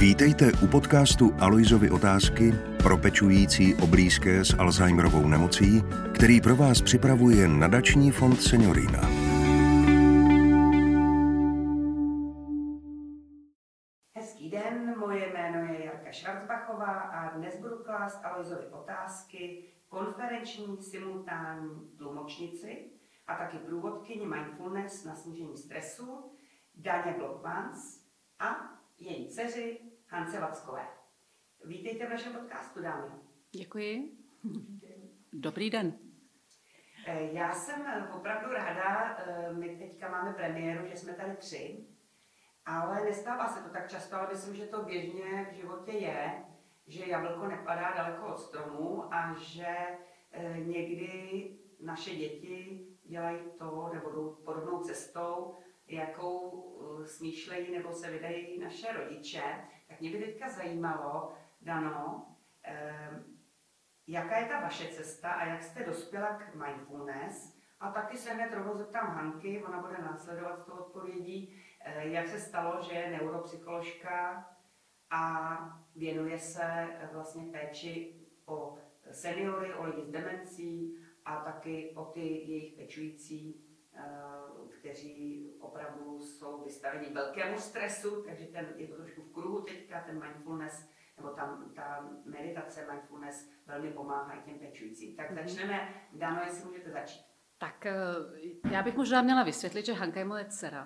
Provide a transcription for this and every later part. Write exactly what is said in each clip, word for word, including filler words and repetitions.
Vítejte u podcastu Aloisovy otázky pro pečující o blízké s Alzheimerovou nemocí, který pro vás připravuje nadační fond Seniorina. Hezký den, moje jméno je Jarka Schwarzbachová a dnes budu klást Aloisovy otázky konferenční simultánní tlumočnici a taky průvodkyni Mindfulness na snížení stresu Daně Blockmans a její dceři Hance Vackové. Vítejte v našem podcastu, dámy. Děkuji. Dobrý den. Já jsem opravdu ráda, my teďka máme premiéru, že jsme tady tři, ale nestává se to tak často, ale myslím, že to běžně v životě je, že jablko nepadá daleko od stromu a že někdy naše děti dělají to, nebo jdou podobnou cestou, jakou smýšlejí nebo se vydají naše rodiče. Tak mě by teďka zajímalo, Dano, eh, jaká je ta vaše cesta a jak jste dospěla k mindfulness? A taky se hned rovnou zeptám Hanky, ona bude následovat s tou odpovědí, eh, jak se stalo, že je neuropsycholožka a věnuje se vlastně péči o seniory, o lidi s demencí a taky o ty jejich pečující, kteří opravdu jsou vystaveni velkému stresu, takže ten, je to trošku v kruhu teďka, ten mindfulness, nebo tam ta meditace mindfulness velmi pomáhá těm pečujícím. Tak začneme, Dano, jestli můžete začít. Tak já bych možná měla vysvětlit, že Hanka je moje dcera.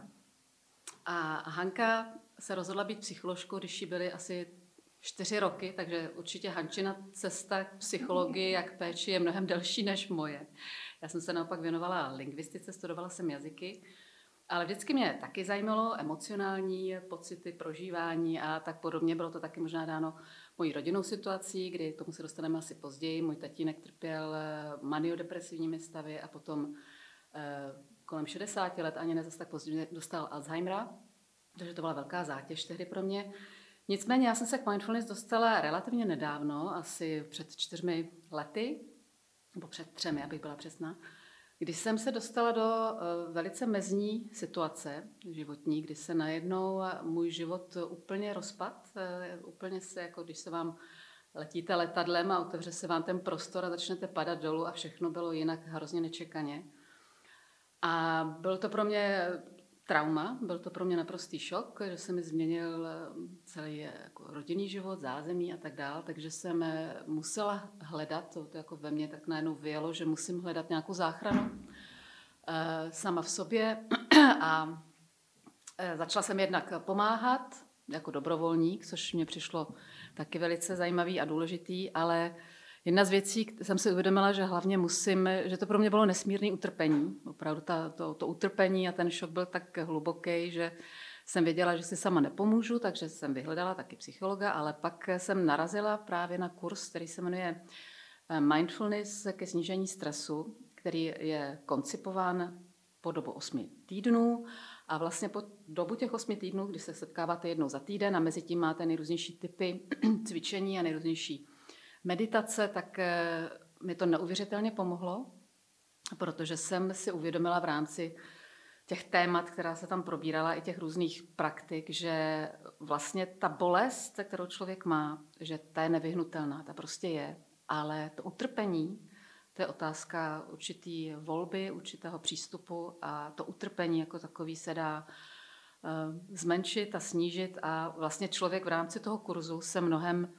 A Hanka se rozhodla být psycholožkou, když jí byly asi čtyři roky, takže určitě Hančina cesta k psychologii a k péči je mnohem delší než moje. Já jsem se naopak věnovala lingvistice, studovala jsem jazyky, ale vždycky mě taky zajímalo emocionální pocity, prožívání a tak podobně. Bylo to taky možná dáno mojí rodinnou situací, kdy k tomu se dostaneme asi později. Můj tatínek trpěl maniodepresivními stavy a potom eh, kolem šedesáti let, ani ne zase tak později, dostal Alzheimera, takže to byla velká zátěž tehdy pro mě. Nicméně já jsem se k mindfulness dostala relativně nedávno, asi před čtyřmi lety, nebo před třemi, abych byla přesná, když jsem se dostala do uh, velice mezní situace životní, kdy se najednou můj život úplně rozpad, uh, úplně se, jako když se vám letíte letadlem a otevře se vám ten prostor a začnete padat dolů a všechno bylo jinak hrozně nečekaně. A byl to pro mě trauma, byl to pro mě naprostý šok, že se mi změnil celý jako rodinný život, zázemí a tak dál, takže jsem musela hledat, to, to jako ve mně tak najednou vyjelo, že musím hledat nějakou záchranu e, sama v sobě a e, začala jsem jednak pomáhat jako dobrovolník, což mě přišlo taky velice zajímavý a důležitý, ale jedna z věcí, jsem si uvědomila, že hlavně musím, že to pro mě bylo nesmírné utrpení. Opravdu ta, to, to utrpení a ten šok byl tak hluboký, že jsem věděla, že si sama nepomůžu, takže jsem vyhledala taky psychologa, ale pak jsem narazila právě na kurz, který se jmenuje Mindfulness ke snížení stresu, který je koncipován po dobu osmi týdnů a vlastně po dobu těch osmi týdnů, kdy se setkáváte jednou za týden a mezi tím máte nejrůznější typy cvičení a nejrůznější meditace, tak mi to neuvěřitelně pomohlo, protože jsem si uvědomila v rámci těch témat, která se tam probírala, i těch různých praktik, že vlastně ta bolest, kterou člověk má, že ta je nevyhnutelná, ta prostě je, ale to utrpení, to je otázka určitý volby, určitého přístupu a to utrpení jako takový se dá zmenšit a snížit a vlastně člověk v rámci toho kurzu se mnohem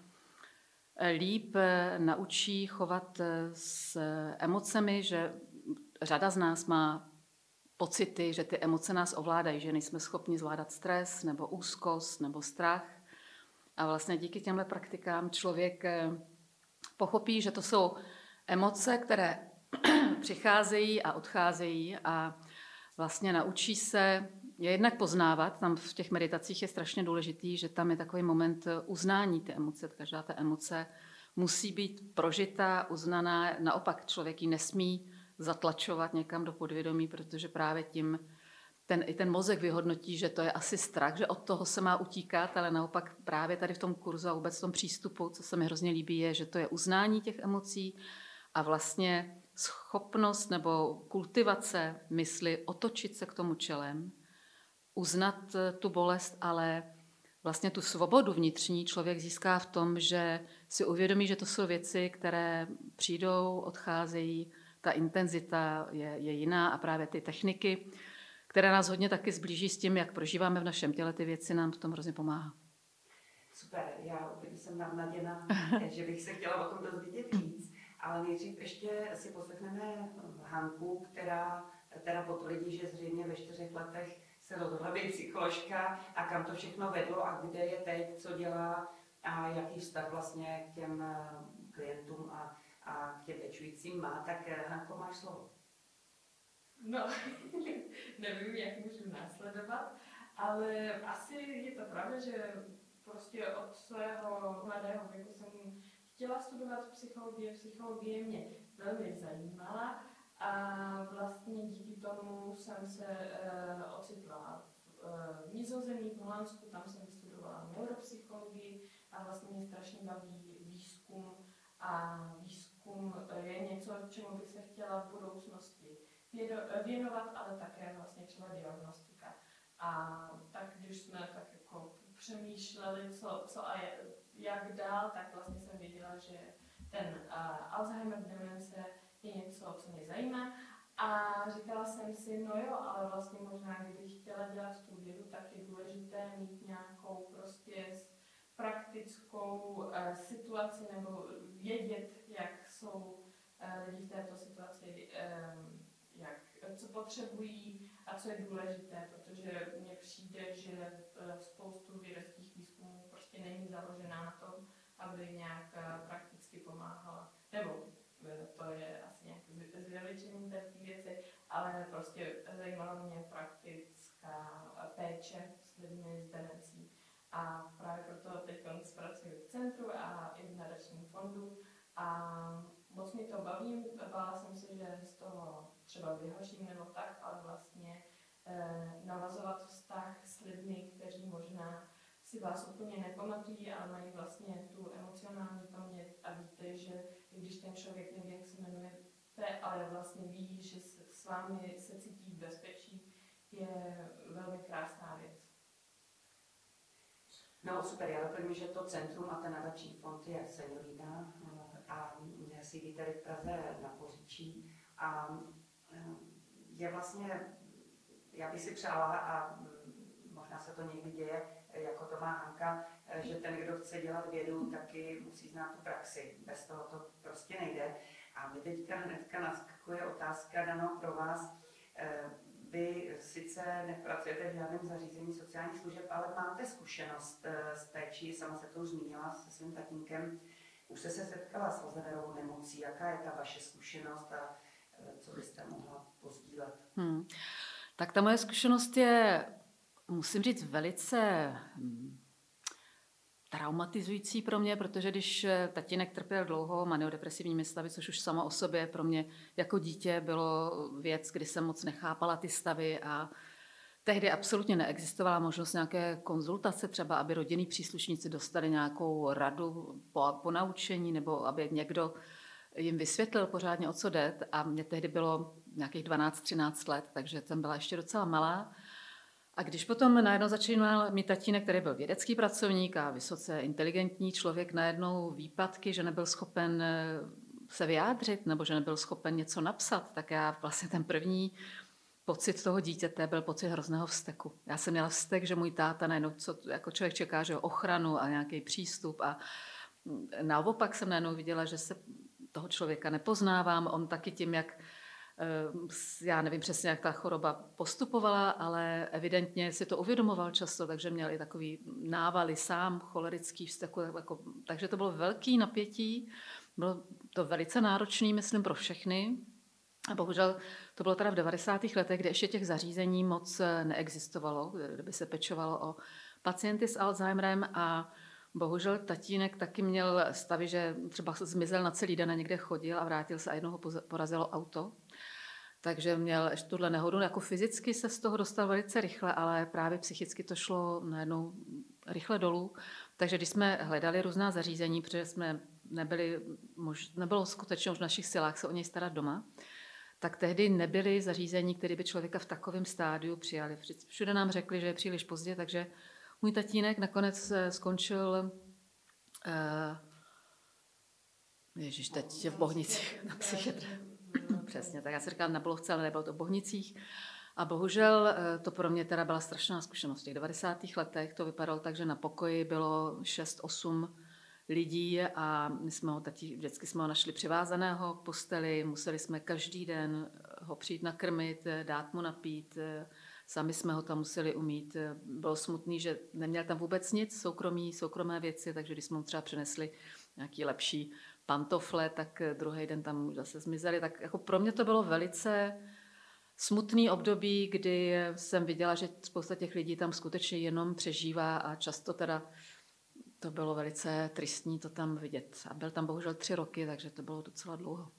líp naučí chovat s emocemi, že řada z nás má pocity, že ty emoce nás ovládají, že nejsme schopni zvládat stres nebo úzkost nebo strach. A vlastně díky těmhle praktikám člověk pochopí, že to jsou emoce, které přicházejí a odcházejí a vlastně naučí se je jednak poznávat, tam v těch meditacích je strašně důležitý, že tam je takový moment uznání té emoce. Každá ta emoce musí být prožitá, uznaná. Naopak člověk ji nesmí zatlačovat někam do podvědomí, protože právě tím ten, i ten mozek vyhodnotí, že to je asi strach, že od toho se má utíkat, ale naopak právě tady v tom kurzu a vůbec v tom přístupu, co se mi hrozně líbí, je, že to je uznání těch emocí a vlastně schopnost nebo kultivace mysli otočit se k tomu čelem, uznat tu bolest, ale vlastně tu svobodu vnitřní člověk získá v tom, že si uvědomí, že to jsou věci, které přijdou, odcházejí, ta intenzita je, je jiná a právě ty techniky, které nás hodně taky zblíží s tím, jak prožíváme v našem těle ty věci, nám v tom hrozně pomáhá. Super, já úplně jsem navnaděna, že bych se chtěla o tom dozvědět víc, ale nejdřív ještě si poslechneme Hanku, která teda potvrdí, že zřejmě ve čtyřech letech se rozhodla být psycholožka a kam to všechno vedlo a kde je teď, co dělá a jaký vztah vlastně k těm klientům a, a k těm pečujícím má. Tak Hanko, máš slovo. No, nevím, jak můžu následovat, ale asi je to pravda, že prostě od svého mladého věku jsem chtěla studovat psychologii, psychologie mě velmi zajímala a vlastně díky tomu jsem se uh, ocitla v uh, Nizozemí, v Holandsku, tam jsem studovala neuropsychologii a vlastně mě strašně baví výzkum a výzkum je něco, čemu bych se chtěla v budoucnosti věnovat, ale také vlastně třeba diagnostika. A tak když jsme tak jako přemýšleli, co, co a jak dál, tak vlastně jsem věděla, že ten uh, Alzheimer demence je něco, co mě zajímá. A říkala jsem si, no jo, ale vlastně možná, kdybych chtěla dělat tu vědu, tak je důležité mít nějakou prostě praktickou uh, situaci nebo vědět, jak jsou uh, lidi v této situaci, um, jak, co potřebují a co je důležité, protože mně přijde, že spoustu vědeckých výzkumů prostě není založená na tom, aby nějak prakticky pomáhala. Nebo to je asi nějak zveličení té věci, ale prostě zajímala mě praktická péče s lidmi s demencí. A právě proto teď pracuji v centru a i v nadačním fondu. A moc mi to baví, bála jsem se, že z toho třeba vyhořím nebo tak, ale vlastně eh, navazovat vztah s lidmi, kteří možná si vás úplně nepamatují, ale mají vlastně tu emocionální paměť a víte, že i když ten člověk neví, jak se jmenujete, ale vlastně ví, že s vámi se cítí v bezpečí, je velmi krásná věc. No super, já doplním, že to centrum a ten nadační fond je Seniorina a sídlí tady v Praze na Poříčí a je vlastně, já bych si přála a možná se to někdy děje, jako to má Hanka, že ten, kdo chce dělat vědu, taky musí znát tu praxi. Bez toho to prostě nejde. A my teďka hnedka naskakuje otázka, Dano, pro vás. Vy sice nepracujete v žádném zařízení sociálních služeb, ale máte zkušenost s péčí, sama se to už zmínila se svým tatínkem. Už jste se setkala s Alzheimerovou nemocí, jaká je ta vaše zkušenost a co byste mohla pozdílet? Hmm. Tak ta moje zkušenost je, musím říct, velice hmm, traumatizující pro mě, protože když tatínek trpěl dlouho maniodepresivními stavy, což už samo o sobě pro mě jako dítě bylo věc, kdy jsem moc nechápala ty stavy a tehdy absolutně neexistovala možnost nějaké konzultace, třeba aby rodinní příslušníci dostali nějakou radu po, po naučení nebo aby někdo jim vysvětlil pořádně, o co jde. A mě tehdy bylo nějakých dvanáct třináct let, takže jsem byla ještě docela malá. A když potom najednou začínal mít tatínek, který byl vědecký pracovník a vysoce inteligentní člověk, najednou výpadky, že nebyl schopen se vyjádřit nebo že nebyl schopen něco napsat, tak já vlastně ten první pocit toho dítěte byl pocit hrozného vzteku. Já jsem měla vztek, že můj táta najednou, co jako člověk čeká, že ochranu a nějaký přístup a naopak jsem najednou viděla, že se toho člověka nepoznávám. On taky tím, jak, já nevím přesně, jak ta choroba postupovala, ale evidentně si to uvědomoval často, takže měl i takový návaly sám, cholerický vzteku. Jako, takže to bylo velký napětí, bylo to velice náročný, myslím, pro všechny. A bohužel to bylo teda v devadesátých letech, kde ještě těch zařízení moc neexistovalo, kde by se pečovalo o pacienty s Alzheimerem a bohužel tatínek taky měl stavy, že třeba zmizel na celý den a někde chodil a vrátil se a jednou ho porazilo auto. Takže měl tuhle nehodu, jako fyzicky se z toho dostal velice rychle, ale právě psychicky to šlo najednou rychle dolů. Takže když jsme hledali různá zařízení, protože jsme nebyli, mož, nebylo skutečně už v našich silách se o něj starat doma, tak tehdy nebyly zařízení, které by člověka v takovém stádiu přijali. Všude nám řekli, že je příliš pozdě, takže Můj tatínek nakonec skončil, uh, ježiš, teď v Bohnicích, na psychiatrii. Přesně, tak já si říkám na Bolovce, ale nebylo to v Bohnicích. A bohužel to pro mě teda byla strašná zkušenost. V těch devadesátých letech to vypadalo tak, že na pokoji bylo šest osm lidí a my jsme ho tati, vždycky jsme ho našli přivázaného k posteli, museli jsme každý den ho přijít nakrmit, dát mu napít, sami jsme ho tam museli umít. Bylo smutný, že neměl tam vůbec nic, soukromí, soukromé věci, takže když jsme mu třeba přinesli nějaký lepší pantofle, tak druhý den tam zase zmizeli. Tak jako pro mě to bylo velice smutný období, kdy jsem viděla, že spousta těch lidí tam skutečně jenom přežívá a často teda to bylo velice tristní to tam vidět. A byl tam bohužel tři roky, takže to bylo docela dlouho.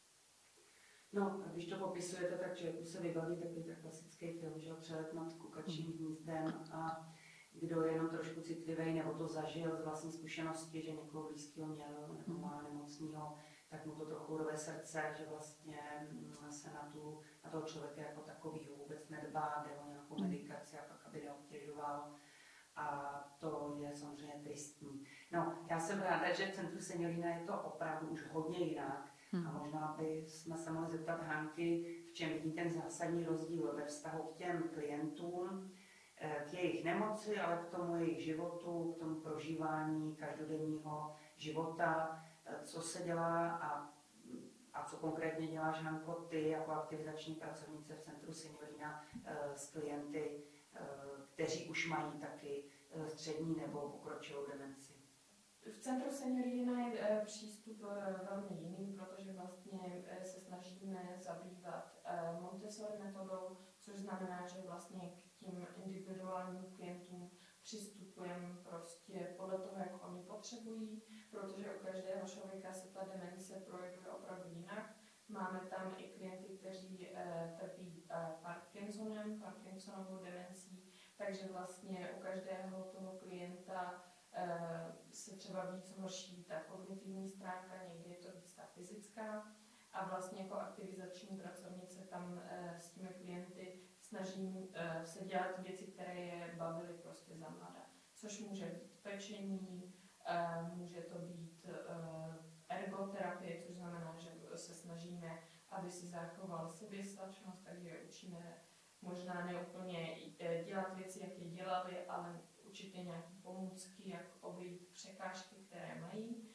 No, a když to popisujete, tak člověku se vybaví takový tak klasický film, že Přelet nad kukačím hnízdem a kdo je jenom trošku citlivý nebo to zažil z vlastní zkušenosti, že někoho blízkého měl nebo má nemocného, tak mu to trochu rve srdce, že vlastně se na, tu, na toho člověka jako takovýho vůbec nedbá, jde o nějakou medikaci a pak, aby neobtěžoval. A to je samozřejmě tristní. No, já jsem ráda, že v Centru Seniorina je to opravdu už hodně jinak. Hmm. A možná bychom se mohli zeptat Hanky, v čem vidí ten zásadní rozdíl ve vztahu k těm klientům, k jejich nemoci, ale k tomu jejich životu, k tomu prožívání každodenního života, co se dělá a, a co konkrétně děláš, Hanko, ty jako aktivizační pracovnice v Centru Seniorina s klienty, kteří už mají taky střední nebo pokročilou demenci. V Centru Seniorina je přístup velmi jiný, protože vlastně se snažíme zabývat Montessori metodou, což znamená, že vlastně k těm individuálním klientům přistupujeme prostě podle toho, jak oni potřebují, protože u každého člověka se ta demence projevuje opravdu jinak. Máme tam i klienty, kteří trpí Parkinsonem, Parkinsonovou demencí, takže vlastně u každého toho klienta se třeba víc horší ta kognitivní stránka, někdy je to víc ta fyzická. A vlastně jako aktivizační pracovnice tam s těmi klienty snažím se dělat věci, které je bavily prostě za mlada. Což může být pečení, může to být ergoterapie, což znamená, že se snažíme, aby si zachoval soběstačnost, takže učíme možná neúplně dělat věci, jak je dělali, ale určitě nějaké pomůcky, jak obejít překážky, které mají.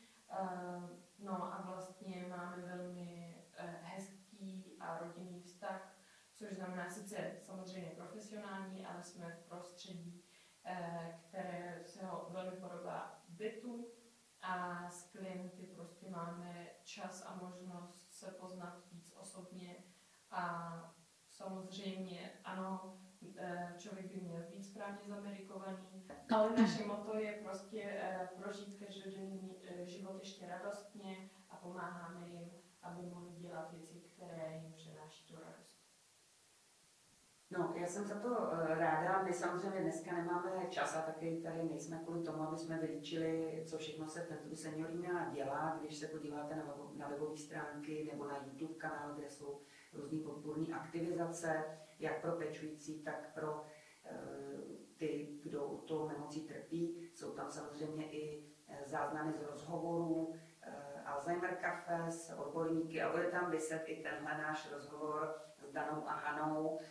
No a vlastně máme velmi hezký a rodinný vztah, což znamená sice samozřejmě profesionální, ale jsme v prostředí, které se ho velmi podobá bytu a s klienty prostě máme čas a možnost se poznat víc osobně a samozřejmě ano, člověk by měl být správně zamedikovaný, ale naše motto je prostě prožít každodenní život ještě radostně a pomáháme jim, aby mohli dělat věci, které jim přináší tu radost. No, já jsem za to ráda. My samozřejmě dneska nemáme čas a taky tady nejsme kvůli tomu, aby jsme vylíčili, co všechno se v Centru Seniorina dělá. Když se podíváte na, web, na webové stránky nebo na YouTube kanál, kde jsou různý podpůrné aktivizace, jak pro pečující, tak pro e, ty, kdo tou nemocí trpí. Jsou tam samozřejmě i záznamy z rozhovorů, e, Alzheimer Café s odborníky a bude tam vyset i tenhle náš rozhovor s Danou a Hanou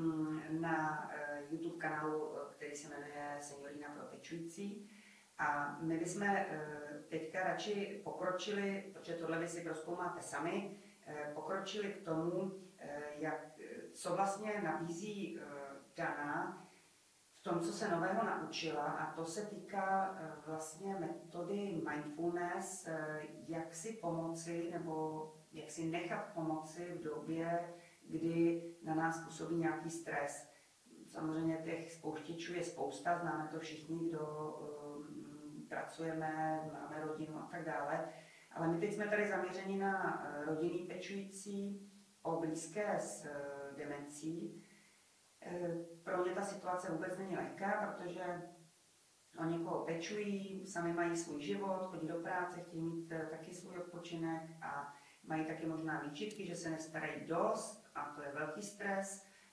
na YouTube kanálu, který se jmenuje Seniorina pro pečující. A my bychom teďka radši pokročili, protože tohle vy si prozkoumáte sami, pokročili k tomu, jak, co vlastně nabízí Dana v tom, co se nového naučila, a to se týká vlastně metody mindfulness, jak si pomoci nebo jak si nechat pomoci v době, kdy na nás působí nějaký stres. Samozřejmě těch spouštěčů je spousta, známe to všichni, kdo um, pracujeme, máme rodinu a tak dále. Ale my teď jsme tady zaměřeni na rodinný pečující o blízké s uh, demencí. E, pro ně ta situace vůbec není lehká, protože o někoho pečují, sami mají svůj život, chodí do práce, chtějí mít uh, taky svůj odpočinek a mají taky možná výčitky, že se nestarají dost, a to je velký stres.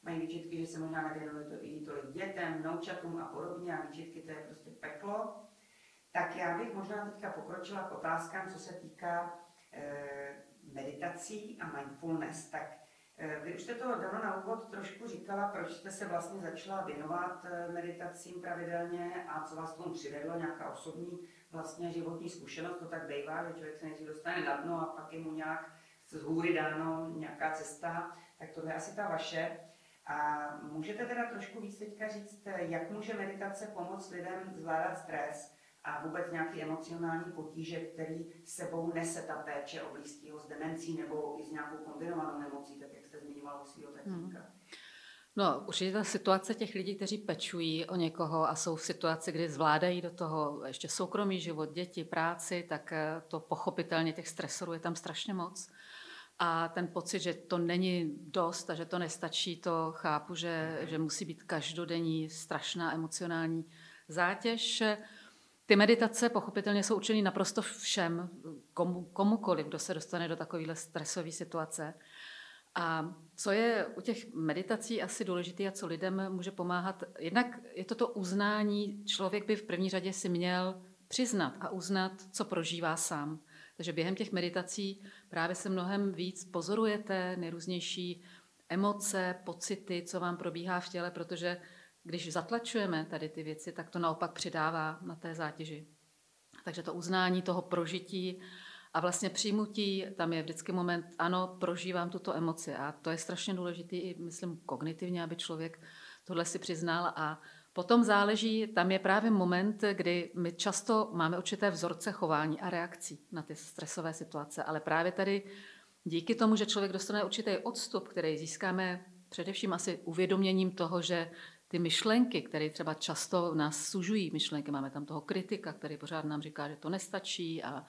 mají výčitky, že se možná nevěnují to i tolik dětem, vnoučatům a podobně a výčitky to je prostě peklo. Tak já bych možná teďka pokročila k otázkám, co se týká e, meditací a mindfulness. Tak e, vy už jste to dalo na úvod trošku říkala, proč jste se vlastně začala věnovat meditacím pravidelně a co vás k tomu přivedlo, nějaká osobní vlastně životní zkušenost, to tak bývá, že člověk se nejdřív dostane na dno a pak je mu nějak z hůry dáno nějaká cesta, tak tohle je asi ta vaše. A můžete teda trošku víc teďka říct, jak může meditace pomoct lidem zvládat stres a vůbec nějaký emocionální potíže, který sebou nese ta péče o blízkého s demencí nebo i s nějakou kombinovanou nemocí, tak jak jste zmiňovala u svého tatínka. Hmm. No, určitě ta situace těch lidí, kteří pečují o někoho a jsou v situaci, kdy zvládají do toho ještě soukromý život, děti, práci, tak to pochopitelně těch stresorů je tam strašně moc. A ten pocit, že to není dost a že to nestačí, to chápu, že, že musí být každodenní strašná emocionální zátěž. Ty meditace pochopitelně jsou určený naprosto všem, komu, komukoliv, kdo se dostane do takovéhle stresové situace. A co je u těch meditací asi důležité a co lidem může pomáhat, jednak je to to uznání, člověk by v první řadě si měl přiznat a uznat, co prožívá sám. Takže během těch meditací právě se mnohem víc pozorujete nejrůznější emoce, pocity, co vám probíhá v těle, protože když zatlačujeme tady ty věci, tak to naopak přidává na té zátěži. Takže to uznání toho prožití a vlastně přijmutí, tam je vždycky moment, ano, prožívám tuto emoci a to je strašně důležité i, myslím, kognitivně, aby člověk tohle si přiznal a potom záleží, tam je právě moment, kdy my často máme určité vzorce chování a reakcí na ty stresové situace, ale právě tady díky tomu, že člověk dostane určitý odstup, který získáme především asi uvědoměním toho, že ty myšlenky, které třeba často nás sužují myšlenky, máme tam toho kritika, který pořád nám říká, že to nestačí a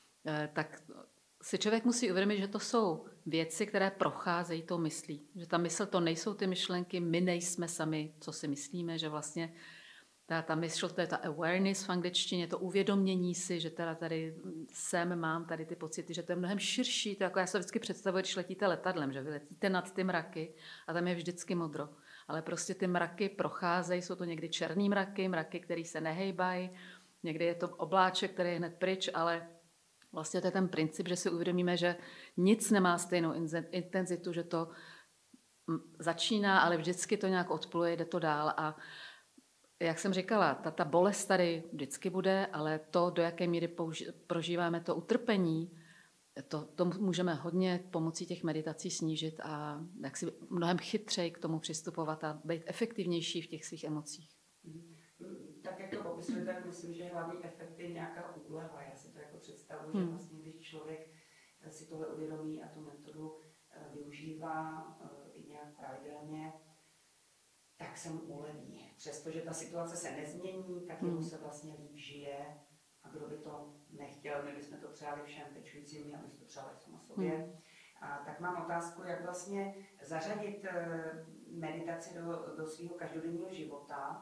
tak si člověk musí uvědomit, že to jsou věci, které procházejí tou myslí. Že ta mysl to nejsou ty myšlenky, my nejsme sami, co si myslíme, že vlastně ta, ta mysl, to je ta awareness v angličtině, to uvědomění si, že teda tady jsem, mám tady ty pocity, že to je mnohem širší, to jako já se vždycky představuji, když letíte letadlem, že vy letíte nad ty mraky a tam je vždycky modro. Ale prostě ty mraky procházejí, jsou to někdy černý mraky, mraky, které se nehejbají, někdy je to obláček, který je hned pryč, ale vlastně to je ten princip, že si uvědomíme, že nic nemá stejnou intenzitu, že to začíná, ale vždycky to nějak odpluje, jde to dál. A jak jsem říkala, ta, ta bolest tady vždycky bude, ale to, do jaké míry použi- prožíváme to utrpení, to, to můžeme hodně pomocí těch meditací snížit a jak si mnohem chytřej k tomu přistupovat a být efektivnější v těch svých emocích. Tak jak to popisujete, myslím, že hlavní efekt je nějaká úleva. Já si to jako představuji, hmm. že vlastně, když člověk si tohle uvědomí a tu metodu využívá i nějak pravidelně, tak se mu uleví. Přestože ta situace se nezmění, tak jemu se vlastně líp žije a kdo by to nechtěl, my bychom to přáli všem pečujícím, my bychom to přáli sama sobě. Hmm. A tak mám otázku, jak vlastně zařadit meditaci do, do svého každodenního života.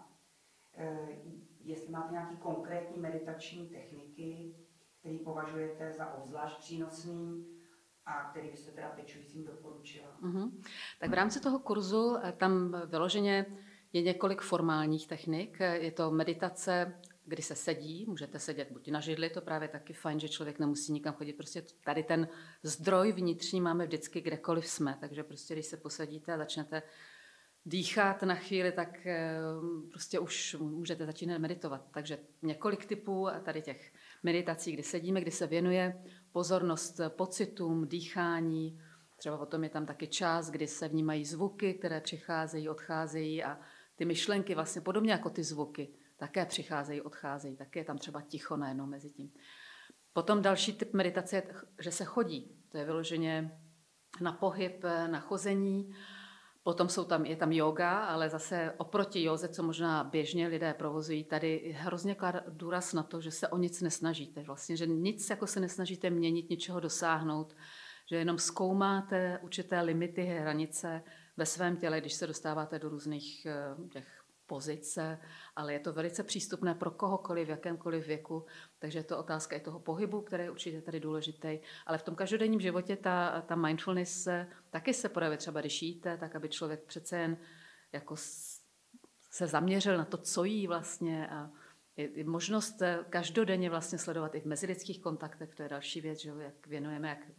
Jestli máte nějaké konkrétní meditační techniky, které považujete za obzvlášť přínosný a který byste teda pečujícím doporučila. Mm-hmm. Tak v rámci toho kurzu tam vyloženě je několik formálních technik. Je to meditace, kdy se sedí, můžete sedět buď na židli, to právě taky fajn, že člověk nemusí nikam chodit. Prostě tady ten zdroj vnitřní máme vždycky kdekoliv jsme, takže prostě když se posadíte a začnete dýchat na chvíli, tak prostě už můžete začínat meditovat. Takže několik typů tady těch meditací, kdy sedíme, kdy se věnuje pozornost pocitům, dýchání. Třeba potom je tam taky čas, kdy se vnímají zvuky, které přicházejí, odcházejí a ty myšlenky vlastně podobně jako ty zvuky také přicházejí, odcházejí. Také je tam třeba ticho najednou mezi tím. Potom další typ meditace je, že se chodí. To je vyloženě na pohyb, na chození. Potom jsou tam, je tam yoga, ale zase oproti józe, co možná běžně lidé provozují, tady je hrozně klad důraz na to, že se o nic nesnažíte. Vlastně, že nic jako se nesnažíte měnit, ničeho dosáhnout, že jenom zkoumáte určité limity, hranice ve svém těle, když se dostáváte do různých těch pozice, ale je to velice přístupné pro kohokoliv, v jakémkoliv věku, takže je to otázka i toho pohybu, který je určitě tady důležitý, ale v tom každodenním životě ta, ta mindfulness se, taky se projevuje třeba, když jíte, tak aby člověk přece jen jako se zaměřil na to, co jí vlastně a je možnost každodenně vlastně sledovat i v mezilidských kontaktech, to je další věc, že jak věnujeme, jak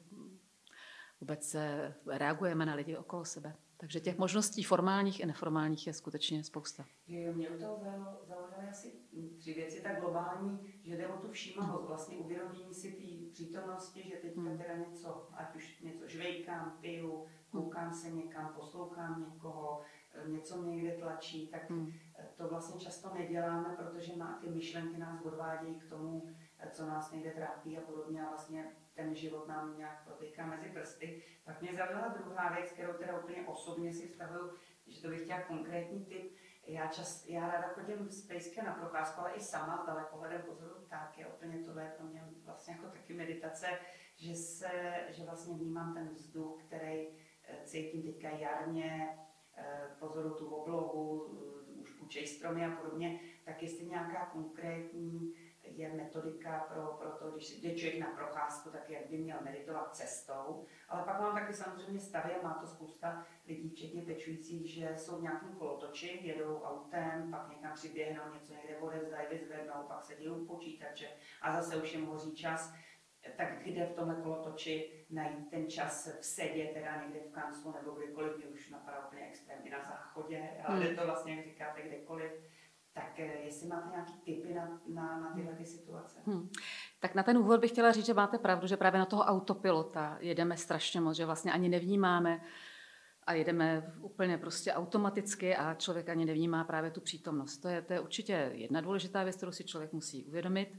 vůbec reagujeme na lidi okolo sebe. Takže těch možností formálních i neformálních je skutečně spousta. Jo, mě u toho zaujaly asi tři věci tak globální, že jde o tu všímavost, vlastně uvědomění si té přítomnosti, že teďka hmm. teda něco, ať už něco žvejkám, piju, koukám se někam, poslouchám někoho, něco mě někde tlačí, tak hmm. to vlastně často neděláme, protože má, ty myšlenky nás odvádějí k tomu, co nás někde trápí a podobně a vlastně ten život nám nějak protýká mezi prsty. Tak mě zaujala druhá věc, kterou teda úplně osobně si vztahuju, že to bych chtěla konkrétní tip. Já, čas, já ráda chodím z pejskem na procházku, ale i sama s dalekohledem pozoru ptáky. Úplně tohle je pro mě vlastně jako taky meditace, že, se, že vlastně vnímám ten vzduch, který cítím teďka jarně, pozoru tu oblohu, už kučej stromy a podobně, tak jestli nějaká konkrétní je metodika pro, pro to, když jde člověk na procházku, tak jak by měl meditovat cestou. Ale pak mám taky samozřejmě stavy, má to spousta lidí, včetně pečujících, že jsou v nějakém kolotoči, jedou autem, pak někam přiběhnou, něco někde odevzdají, vyzvednou, pak se dějí počítače a zase už jim hoří čas. Tak kde v tomhle kolotoči najít ten čas v sedě, teda někde v kanclu nebo kdekoliv, mě už napadá úplně extrémně na záchodě, ale jde to vlastně, jak říkáte, kdekoliv. Tak jestli máte nějaké tipy na, na, na tyhle ty situace. Hmm. Tak na ten úvod bych chtěla říct, že máte pravdu, že právě na toho autopilota jedeme strašně moc, že vlastně ani nevnímáme a jedeme úplně prostě automaticky a člověk ani nevnímá právě tu přítomnost. To je, to je určitě jedna důležitá věc, kterou si člověk musí uvědomit.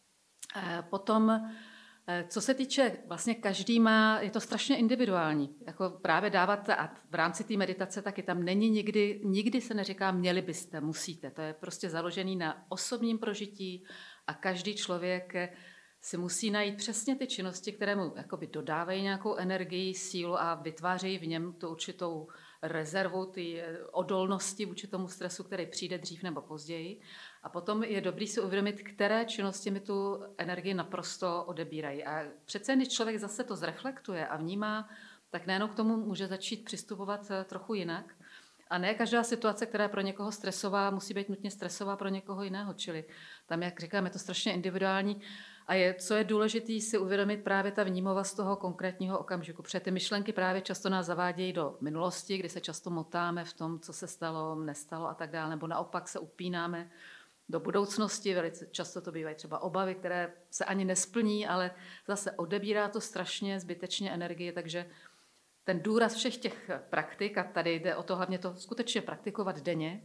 Potom, co se týče, vlastně každý má, je to strašně individuální. Jako právě dávat a v rámci té meditace taky tam není nikdy, nikdy se neříká měli byste, musíte. To je prostě založený na osobním prožití a každý člověk si musí najít přesně ty činnosti, které mu jakoby dodávají nějakou energii, sílu a vytvářejí v něm tu určitou rezervu, ty odolnosti vůči tomu stresu, který přijde dřív nebo později. A potom je dobrý si uvědomit, které činnosti mi tu energii naprosto odebírají. A přece, když člověk zase to zreflektuje a vnímá, tak najednou k tomu může začít přistupovat trochu jinak. A ne každá situace, která je pro někoho stresová, musí být nutně stresová pro někoho jiného. Čili tam, jak říkám, je to strašně individuální. A je, co je důležité si uvědomit právě ta vnímavost toho konkrétního okamžiku. Protože ty myšlenky právě často nás zavádějí do minulosti, kdy se často motáme v tom, co se stalo, nestalo a tak dále, nebo naopak se upínáme do budoucnosti. Velice často to bývají třeba obavy, které se ani nesplní, ale zase odebírá to strašně zbytečně energie, takže ten důraz všech těch praktik, a tady jde o to hlavně to skutečně praktikovat denně,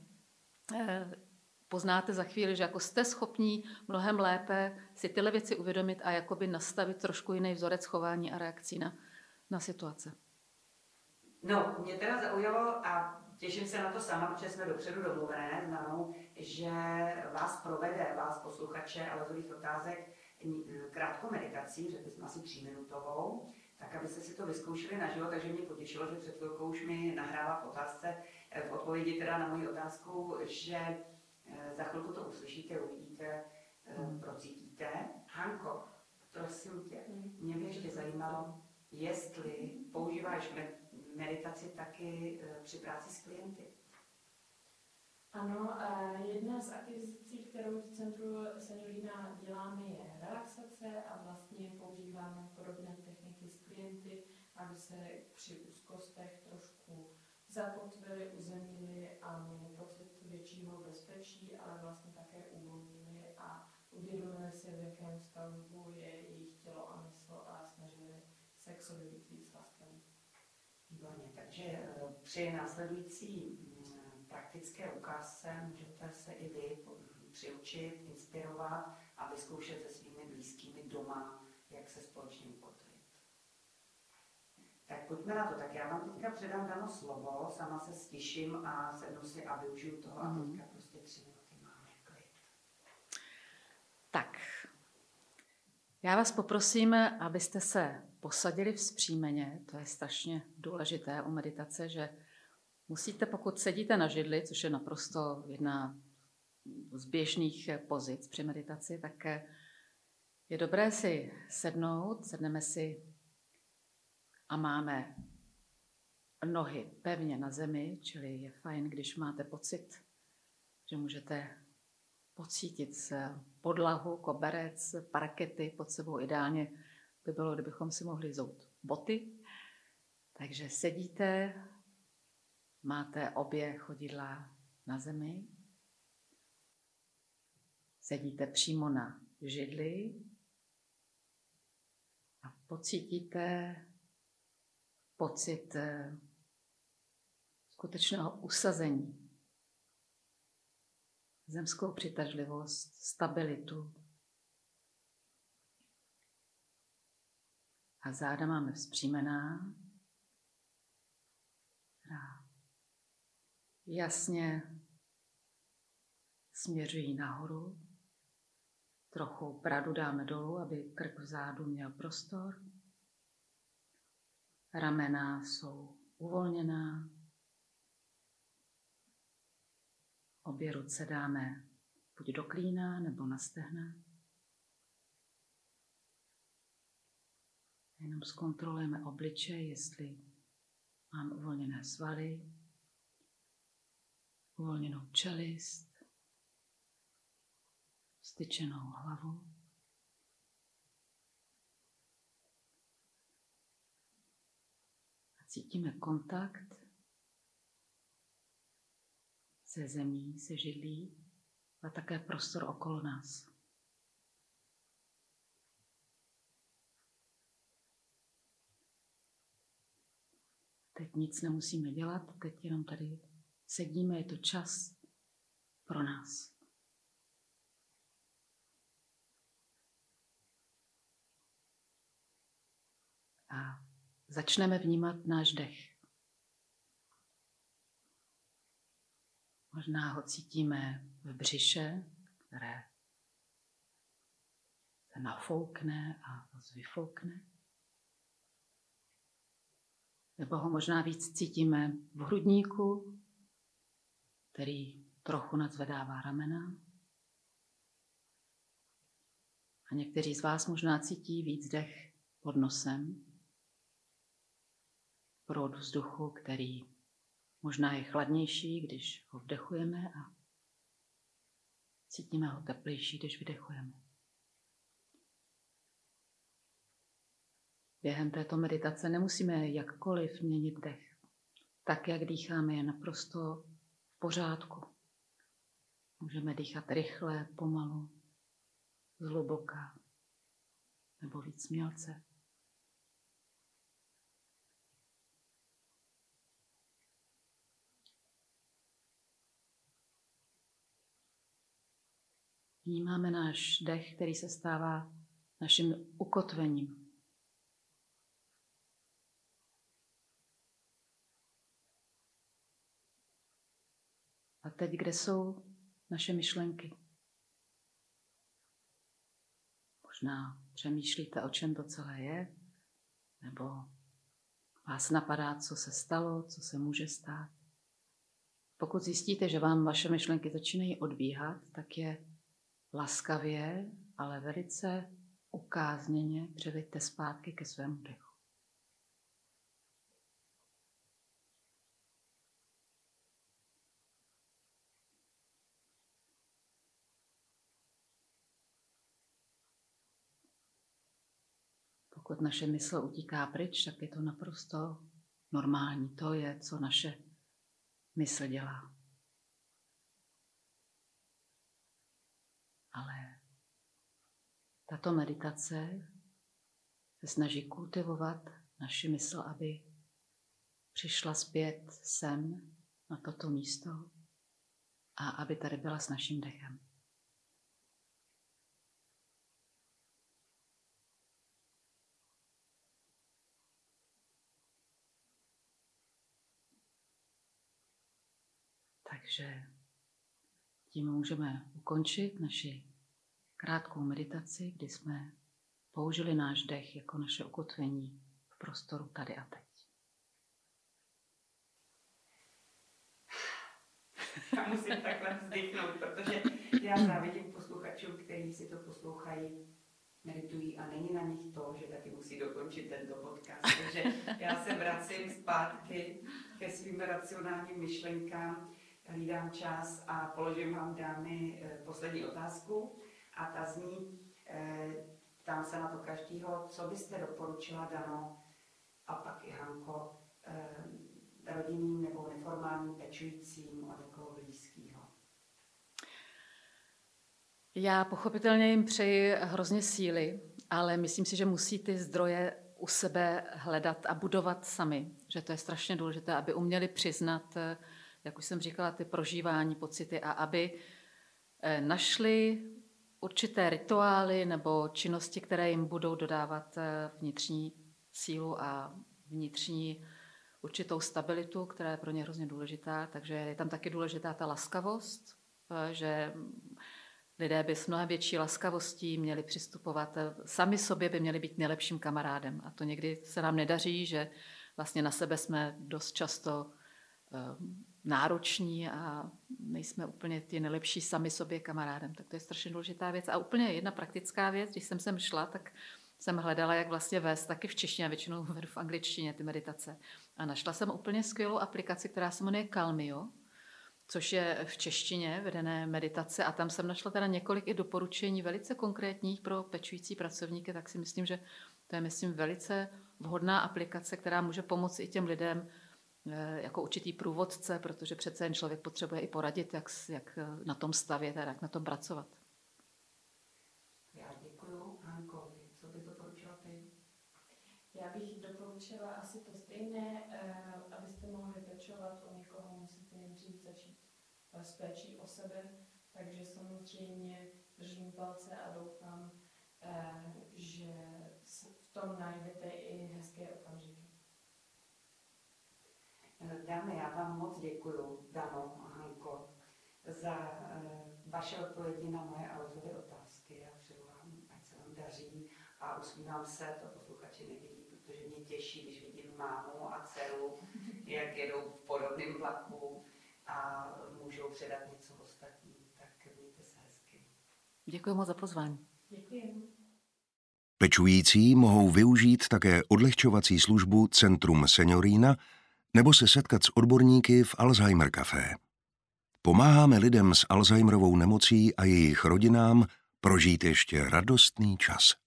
poznáte za chvíli, že jako jste schopní mnohem lépe si tyhle věci uvědomit a jakoby nastavit trošku jiný vzorec chování a reakcí na, na situace. No, mě teda zaujalo a těším se na to sama, protože jsme dopředu domluvené s Nanou, že vás provede, vás posluchače Alezových otázek, krátkou meditací, řekli jsme asi tříminutovou, tak abyste si to vyzkoušeli naživo, takže mě potěšilo, že před chvilkou už mi nahrává v otázce, v odpovědi teda na moji otázku, že za chvilku to uslyšíte, uvidíte, mm. procítíte. Hanko, prosím tě, mě by ještě zajímalo, jestli používáš meditaci taky při práci s klienty. Ano, jedna z akvizicí, kterou v Centru Seniorina děláme, je relaxace a vlastně používáme podobné techniky s klienty, aby se při úzkostech trošku zakotvili, uzemnili a měli pocit většího bezpečí, ale vlastně také uvolnili a uvědomili si, v jakém stavu je jejich tělo a mysl a snažili se k sobě být víc laskaví. Výborně, takže při následující praktické ukázce můžete se i vy přiučit, inspirovat a vyzkoušet se svými blízkými doma, jak se společně ukotvit. Tak pojďme na to. Tak já vám teďka předám Dano slovo, sama se stiším a sednu si a využiju toho a teďka prostě tři minuty máme klid. Tak, já vás poprosím, abyste se posadili vzpřímeně. To je strašně důležité u meditace, že Musíte, pokud sedíte na židli, což je naprosto jedna z běžných pozic při meditaci, tak je dobré si sednout, sedneme si a máme nohy pevně na zemi, čili je fajn, když máte pocit, že můžete pocítit podlahu, koberec, parkety pod sebou. Ideálně by bylo, kdybychom si mohli zout boty. Takže sedíte, máte obě chodidla na zemi, sedíte přímo na židli a pocítíte pocit skutečného usazení, zemskou přitažlivost, stabilitu. A záda máme vzpřímená, která jasně směřují nahoru. Trochu bradu dáme dolů, aby krk vzadu měl prostor. Ramena jsou uvolněná. Obě ruce dáme buď do klína nebo na stehna. Jenom zkontrolujeme obličej, jestli máme uvolněné svaly, uvolněnou čelist, styčenou hlavu. A cítíme kontakt se zemí, se židlí, a také prostor okolo nás. Teď nic nemusíme dělat, teď jenom tady sedíme, je to čas pro nás. A začneme vnímat náš dech. Možná ho cítíme v břiše, které se nafoukne a vyfoukne. Nebo ho možná víc cítíme v hrudníku, který trochu nadzvedává ramena. A někteří z vás možná cítí víc dech pod nosem, proud vzduchu, který možná je chladnější, když ho vdechujeme a cítíme ho teplejší, když vydechujeme. Během této meditace nemusíme jakkoliv měnit dech. Tak, jak dýcháme, je naprosto v pořádku. Můžeme dýchat rychle, pomalu, zhluboka nebo víc mělce. Vnímáme náš dech, který se stává naším ukotvením. A teď, kde jsou naše myšlenky? Možná přemýšlíte, o čem to celé je, nebo vás napadá, co se stalo, co se může stát. Pokud zjistíte, že vám vaše myšlenky začínají odbíhat, tak je laskavě, ale velice ukázněně převeďte zpátky ke svému dechu. Pokud naše mysl utíká pryč, tak je to naprosto normální. To je, co naše mysl dělá. Ale tato meditace se snaží kultivovat naši mysl, aby přišla zpět sem, na toto místo a aby tady byla s naším dechem. Takže tím můžeme ukončit naši krátkou meditaci, kdy jsme použili náš dech jako naše ukotvení v prostoru tady a teď. Já musím takhle vzdychnout, protože já závidím posluchačům, kteří si to poslouchají, meditují a není na nich to, že taky musí dokončit tento podcast. Takže já se vracím zpátky ke svým racionálním myšlenkám, hlídám čas a položím vám, dámy, poslední otázku. A ta zní, ptám se na to každýho, co byste doporučila, Dano, a pak i Hanko, rodinným nebo neformálním pečujícím o někoho blízkého? Já pochopitelně jim přeji hrozně síly, ale myslím si, že musí ty zdroje u sebe hledat a budovat sami. Že to je strašně důležité, aby uměli přiznat, jak už jsem říkala, ty prožívání, pocity a aby našli určité rituály nebo činnosti, které jim budou dodávat vnitřní sílu a vnitřní určitou stabilitu, která je pro ně hrozně důležitá. Takže je tam taky důležitá ta laskavost, že lidé by s mnohem větší laskavostí měli přistupovat, sami sobě by měli být nejlepším kamarádem. A to někdy se nám nedaří, že vlastně na sebe jsme dost často nároční a nejsme úplně ty nejlepší sami sobě kamarádem. Tak to je strašně důležitá věc. A úplně jedna praktická věc, když jsem sem šla, tak jsem hledala, jak vlastně vést, taky v češtině, a většinou vedu v angličtině ty meditace. A našla jsem úplně skvělou aplikaci, která se jmenuje Calmio, což je v češtině vedené meditace a tam jsem našla teda několik i doporučení velice konkrétních pro pečující pracovníky, tak si myslím, že to je, myslím, velice vhodná aplikace, která může pomoci i těm lidem jako určitý průvodce, protože přece jen člověk potřebuje i poradit, jak, jak na tom stavět a jak na tom pracovat. Já děkuju. Hanko, co bys doporučila ty? Já bych doporučila asi to stejné, abyste mohli pečovat o někoho, musíte nejdřív začít s péčí o sebe, takže samozřejmě držím palce a doufám, že v tom najdete i hezké okamžiky. Dámy, já vám moc děkuju, Dano a Hanko, za vaše odpovědi na moje Alojzovy otázky. Já přeju vám, ať se vám daří a usmívám se, to posluchači nevidí, protože mě těší, když vidím mámu a dceru, jak jedou v podobném vlaku a můžou předat něco ostatním. Tak mějte se hezky. Děkuji moc za pozvání. Děkuji. Pečující mohou využít také odlehčovací službu Centrum Seniorína nebo se setkat s odborníky v Alzheimer Café. Pomáháme lidem s Alzheimerovou nemocí a jejich rodinám prožít ještě radostný čas.